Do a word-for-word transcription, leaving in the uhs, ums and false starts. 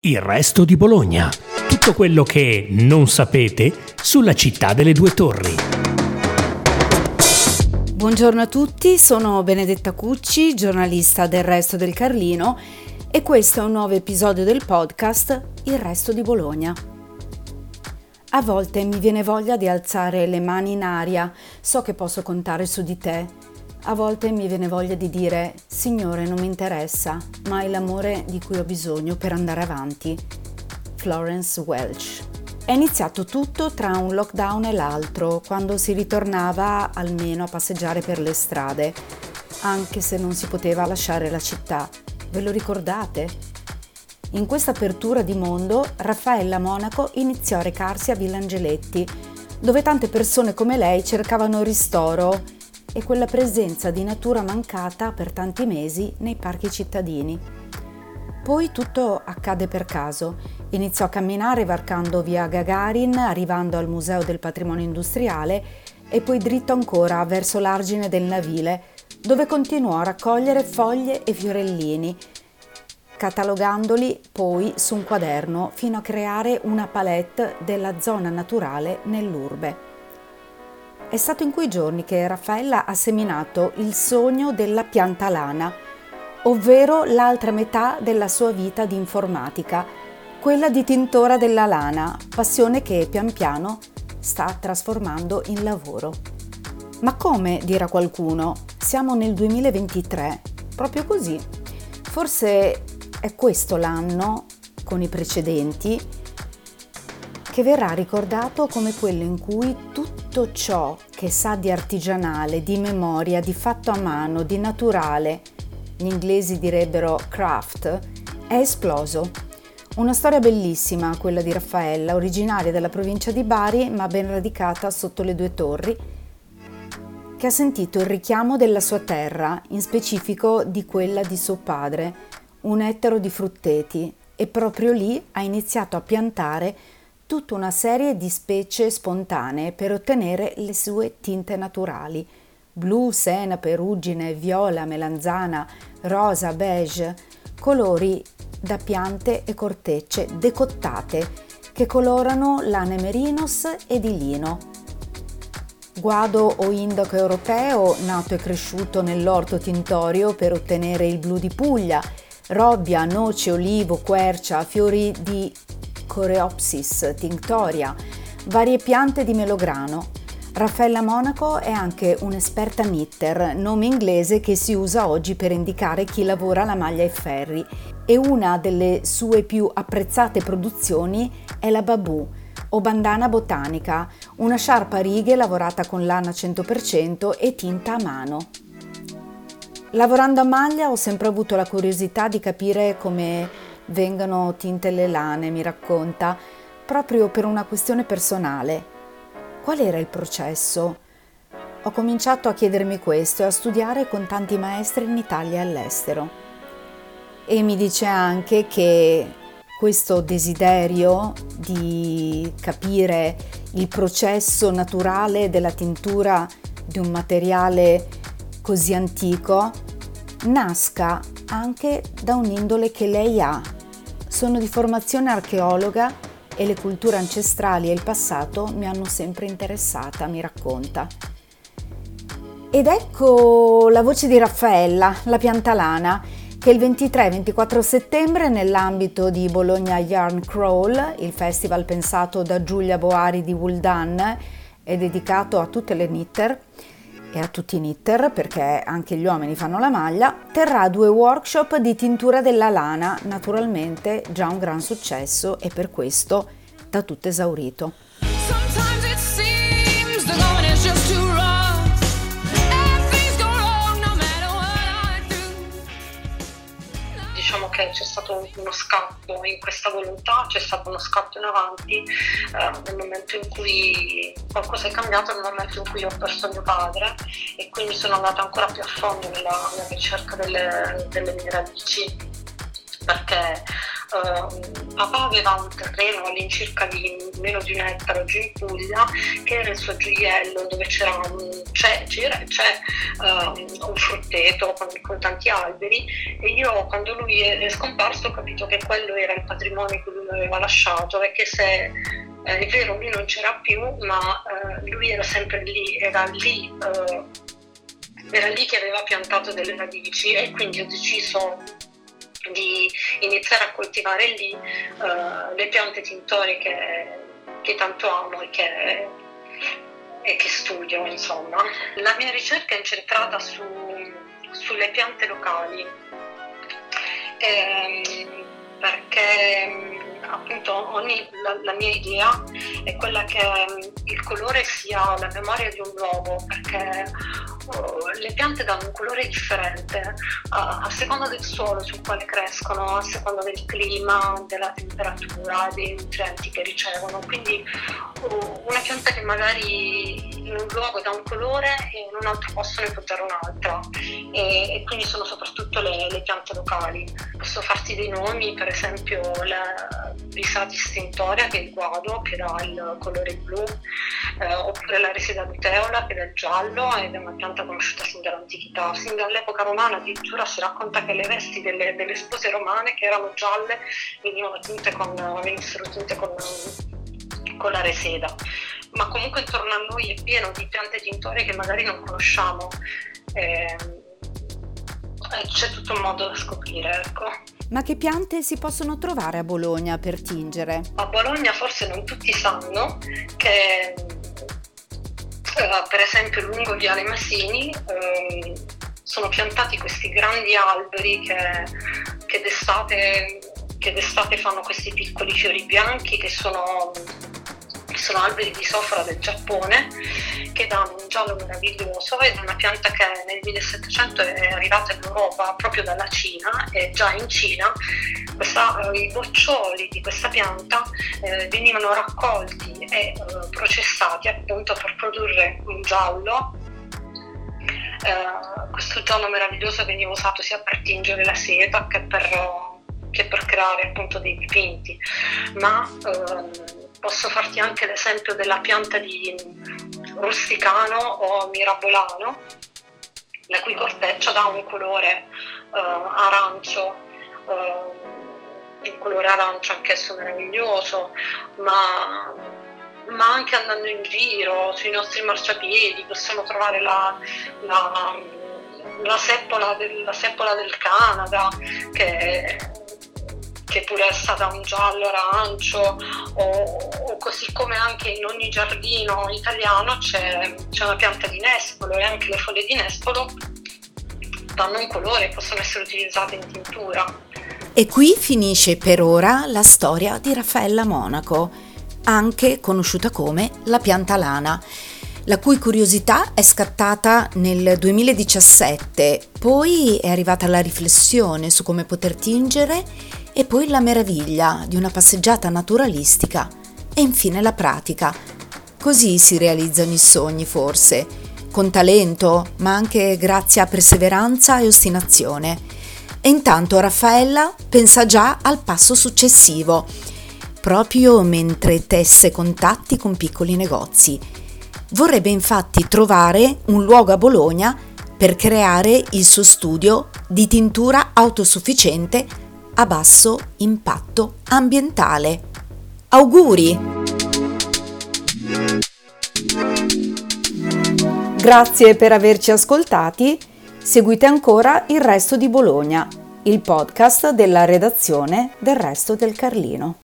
Il resto di Bologna. Tutto quello che non sapete sulla città delle due torri. Buongiorno a tutti, sono Benedetta Cucci, giornalista del Resto del Carlino, e questo è un nuovo episodio del podcast Il resto di Bologna. A volte mi viene voglia di alzare le mani in aria, so che posso contare su di te. A volte mi viene voglia di dire: Signore, non mi interessa, ma hai l'amore di cui ho bisogno per andare avanti. Florence Welch. È iniziato tutto tra un lockdown e l'altro, quando si ritornava almeno a passeggiare per le strade, anche se non si poteva lasciare la città. Ve lo ricordate? In questa apertura di mondo, Raffaella Monaco iniziò a recarsi a Villa Angeletti, dove tante persone come lei cercavano ristoro e quella presenza di natura mancata per tanti mesi nei parchi cittadini. Poi tutto accade per caso. Iniziò a camminare varcando via Gagarin, arrivando al Museo del Patrimonio Industriale e poi dritto ancora verso l'argine del Navile, dove continuò a raccogliere foglie e fiorellini, catalogandoli poi su un quaderno fino a creare una palette della zona naturale nell'urbe. È stato in quei giorni che Raffaella ha seminato il sogno della pianta lana, ovvero l'altra metà della sua vita di informatica, quella di tintora della lana, passione che pian piano sta trasformando in lavoro. Ma come, dirà qualcuno, siamo nel duemilaventitré, proprio così. Forse è questo l'anno, con i precedenti, che verrà ricordato come quello in cui tutto ciò che sa di artigianale, di memoria, di fatto a mano, di naturale, gli inglesi direbbero craft, è esploso. Una storia bellissima, quella di Raffaella, originaria della provincia di Bari, ma ben radicata sotto le due torri, che ha sentito il richiamo della sua terra, in specifico di quella di suo padre, un ettaro di frutteti, e proprio lì ha iniziato a piantare tutta una serie di specie spontanee per ottenere le sue tinte naturali: blu, senape, ruggine, viola, melanzana, rosa, beige, colori da piante e cortecce decottate che colorano lane merinos e di lino. Guado o indaco europeo, nato e cresciuto nell'orto tintorio per ottenere il blu di Puglia, robbia, noce, olivo, quercia, fiori di Coreopsis tinctoria, varie piante di melograno. Raffaella Monaco è anche un'esperta knitter, nome inglese che si usa oggi per indicare chi lavora la maglia e ferri, e una delle sue più apprezzate produzioni è la Babù, o bandana botanica, una sciarpa a righe lavorata con lana cento per cento e tinta a mano. Lavorando a maglia ho sempre avuto la curiosità di capire come vengano tinte le lane, mi racconta, proprio per una questione personale. Qual era il processo? Ho cominciato a chiedermi questo e a studiare con tanti maestri in Italia e all'estero. E mi dice anche che questo desiderio di capire il processo naturale della tintura di un materiale così antico nasca anche da un'indole che lei ha. Sono di formazione archeologa e le culture ancestrali e il passato mi hanno sempre interessata, mi racconta. Ed ecco la voce di Raffaella, la pianta lana, che il ventitré e ventiquattro settembre, nell'ambito di Bologna Yarn Crawl, il festival pensato da Giulia Boari di Wool Done e dedicato a tutte le knitter e a tutti i knitter, perché anche gli uomini fanno la maglia, terrà due workshop di tintura della lana, naturalmente già un gran successo e per questo da tutto esaurito. Diciamo che c'è stato uno scatto in questa volontà, c'è stato uno scatto in avanti eh, nel momento in cui qualcosa è cambiato, nel momento in cui ho perso mio padre, e quindi sono andata ancora più a fondo nella, nella ricerca delle, delle mie radici, perché Uh, papà aveva un terreno all'incirca di meno di un ettaro giù in Puglia, che era il suo gioiello, dove c'era un, c'è, c'era, c'è uh, un frutteto con, con tanti alberi, e io quando lui è scomparso ho capito che quello era il patrimonio che lui mi aveva lasciato, e che se eh, è vero lui non c'era più, ma eh, lui era sempre lì, era lì eh, era lì che aveva piantato delle radici, e quindi ho deciso di iniziare a coltivare lì uh, le piante tintorie che, che tanto amo e che, e che studio, insomma. La mia ricerca è incentrata su, sulle piante locali, ehm, perché appunto ogni, la, la mia idea è quella che il colore sia la memoria di un luogo, perché oh, le piante danno un colore differente a, a seconda del suolo sul quale crescono, a seconda del clima, della temperatura, dei nutrienti che ricevono. Quindi oh, una pianta che magari in un luogo dà un colore e in un altro posto ne può dare un'altra, e, e quindi sono soprattutto le, le piante locali. Posso farti dei nomi, per esempio la Risatis tintoria, che è il guado, che dà il colore blu, eh, oppure la Reseda luteola, che dà il giallo, ed è una pianta conosciuta sin dall'antichità. Sin dall'epoca romana addirittura si racconta che le vesti delle, delle spose romane, che erano gialle, venivano tinte con, venissero tinte con, con la reseda. Ma comunque intorno a noi è pieno di piante tintorie che magari non conosciamo, eh, c'è tutto un modo da scoprire, ecco. Ma che piante si possono trovare a Bologna per tingere? A Bologna forse non tutti sanno che eh, per esempio lungo Viale Masini eh, sono piantati questi grandi alberi che, che, d'estate, che d'estate fanno questi piccoli fiori bianchi, che sono, che sono alberi di sofora del Giappone, che danno un giallo meraviglioso, ed è una pianta che nel millesettecento è arrivata in Europa proprio dalla Cina, e già in Cina questa, eh, i boccioli di questa pianta eh, venivano raccolti e eh, processati appunto per produrre un giallo. Eh, questo giallo meraviglioso veniva usato sia per tingere la seta che per, che per creare appunto dei dipinti, ma ehm, posso farti anche l'esempio della pianta di rusticano o mirabolano, la cui corteccia dà un colore uh, arancio, uh, un colore arancio anch'esso meraviglioso, ma, ma anche andando in giro sui nostri marciapiedi possiamo trovare la, la, la, seppola, del, la seppola del Canada, che che pure è stata un giallo arancio, o, o così come anche in ogni giardino italiano c'è, c'è una pianta di nespolo, e anche le foglie di nespolo danno un colore e possono essere utilizzate in tintura. E qui finisce per ora la storia di Raffaella Monaco, anche conosciuta come la pianta lana, la cui curiosità è scattata nel duemiladiciassette, poi è arrivata la riflessione su come poter tingere, e poi la meraviglia di una passeggiata naturalistica, e infine la pratica. Così si realizzano i sogni, forse, con talento, ma anche grazie a perseveranza e ostinazione. E intanto Raffaella pensa già al passo successivo, proprio mentre tesse contatti con piccoli negozi. Vorrebbe infatti trovare un luogo a Bologna per creare il suo studio di tintura autosufficiente a basso impatto ambientale. Auguri! Grazie per averci ascoltati. Seguite ancora Il Resto di Bologna, il podcast della redazione del Resto del Carlino.